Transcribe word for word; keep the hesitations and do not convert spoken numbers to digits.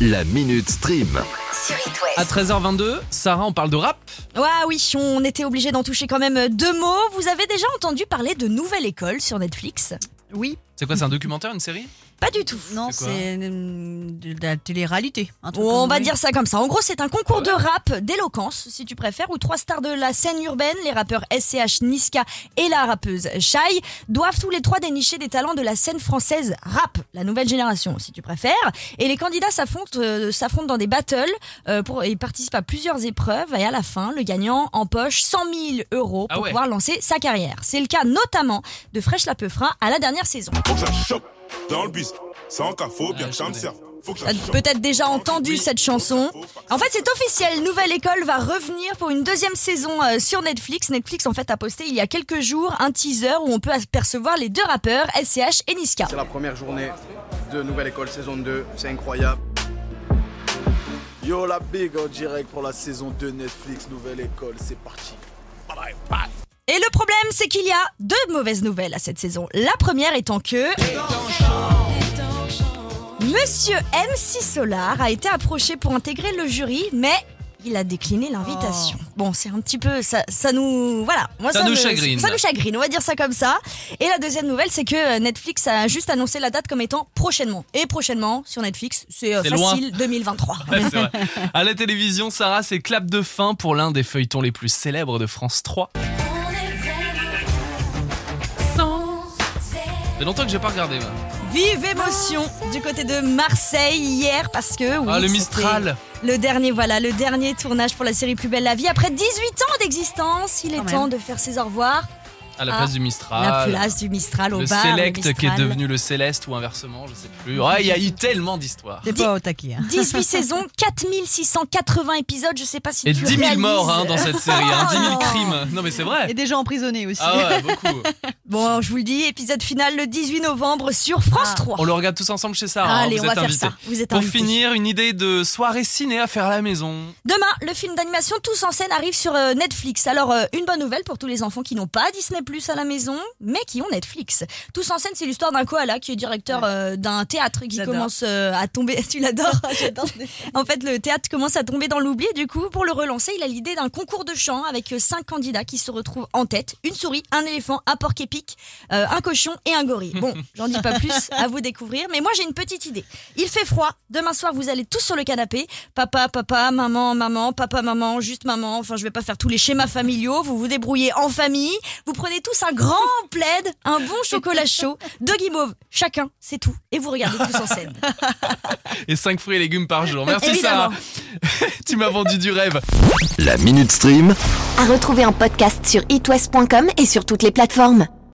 La Minute Stream. Sur It West. À treize heures vingt-deux, Sarah, on parle de rap. Ouais, oui, on était obligé d'en toucher quand même deux mots. Vous avez déjà entendu parler de Nouvelle École sur Netflix ? Oui. C'est quoi, c'est un documentaire, une série ? Pas du tout. Non, C'est quoi c'est euh, de la télé-réalité. un truc On comme va ça. dire ça comme ça. En gros, c'est un concours de rap, d'éloquence, si tu préfères, où trois stars de la scène urbaine, les rappeurs S C H, Niska et la rappeuse Shai, doivent tous les trois dénicher des talents de la scène française rap, la nouvelle génération, si tu préfères. Et les candidats s'affrontent, euh, s'affrontent dans des battles euh, pour, et participent à plusieurs épreuves. Et à la fin, le gagnant empoche cent mille euros pour Ah ouais. pouvoir lancer sa carrière. C'est le cas notamment de Fresh la Peufra à la dernière saison. Faut que je la chope dans le bis. Sans cas, faut bien Ah, que ça me je serve. Faut que je T'as la chope. peut-être déjà entendu cette chanson. En fait, c'est officiel. Nouvelle École va revenir pour une deuxième saison euh, sur Netflix. Netflix, en fait, a posté il y a quelques jours un teaser où on peut apercevoir les deux rappeurs, S C H et Niska. C'est la première journée de Nouvelle École saison deux, c'est incroyable. Yo la big en direct pour la saison deux Netflix Nouvelle École, c'est parti. Et le problème, c'est qu'il y a deux mauvaises nouvelles à cette saison. La première étant que... Monsieur M C Solar a été approché pour intégrer le jury, mais... il a décliné l'invitation. Bon, c'est un petit peu... Ça, ça nous... Voilà. Moi, Ça nous me- chagrine. Ça nous chagrine, on va dire ça comme ça. Et la deuxième nouvelle, c'est que Netflix a juste annoncé la date comme étant prochainement. Et prochainement, sur Netflix, c'est, euh, C'est loin. facile, deux mille vingt-trois. Ouais, c'est vrai. À la télévision, Sarah, c'est clap de fin pour l'un des feuilletons les plus célèbres de France trois. Ça fait longtemps que j'ai pas regardé. moi. Vive émotion du côté de Marseille hier parce que... oui, Ah, le c'était Mistral. Le dernier, voilà, le dernier tournage pour la série Plus belle la vie. Après dix-huit ans d'existence, il est Quand temps même. de faire ses au revoir. À la Ah, place du Mistral. La place du Mistral au Le bar. Select le qui est Mistral. devenu le Céleste ou inversement, je sais plus. Ouais, il y a eu tellement d'histoires. T'es pas au taquet. hein. dix-huit saisons, quatre mille six cent quatre-vingts épisodes, je sais pas si Et tu dix mille réalises. morts hein, dans cette série, hein, dix mille Oh non. crimes. Non mais c'est vrai. Et des gens emprisonnés aussi. Ah ouais, beaucoup. Bon, je vous le dis, épisode final le dix-huit novembre sur France Ah. trois. On le regarde tous ensemble chez Sarah. hein, Allez, vous on va êtes faire invités. ça. Vous êtes Pour invités. finir, une idée de soirée ciné à faire à la maison. Demain, le film d'animation Tous en scène arrive sur euh, Netflix. Alors, euh, une bonne nouvelle pour tous les enfants qui n'ont pas Disney Plus à la maison, mais qui ont Netflix. Tous en scène, c'est l'histoire d'un koala qui est directeur euh, d'un théâtre qui J'adore. commence euh, à tomber. Tu l'adores. J'adore. En fait, le théâtre commence à tomber dans l'oubli. Et du coup, pour le relancer, il a l'idée d'un concours de chant avec euh, cinq candidats qui se retrouvent en tête. Une souris, un éléphant, un porc épic, euh, un cochon et un gorille. Bon, j'en dis pas plus, à vous découvrir. Mais moi, j'ai une petite idée. Il fait froid. Demain soir, vous allez tous sur le canapé. Papa, papa, maman, maman, papa, maman, juste maman. Enfin, je vais pas faire tous les schémas familiaux. Vous vous débrouillez en famille. Vous prenez tous un grand plaid, un bon chocolat chaud, deux guimauves, chacun, c'est tout. Et vous regardez Tous en scène. Et cinq fruits et légumes par jour. Merci Évidemment. Sarah. Tu m'as vendu du rêve. La Minute Stream. À retrouver en podcast sur it west point com et sur toutes les plateformes.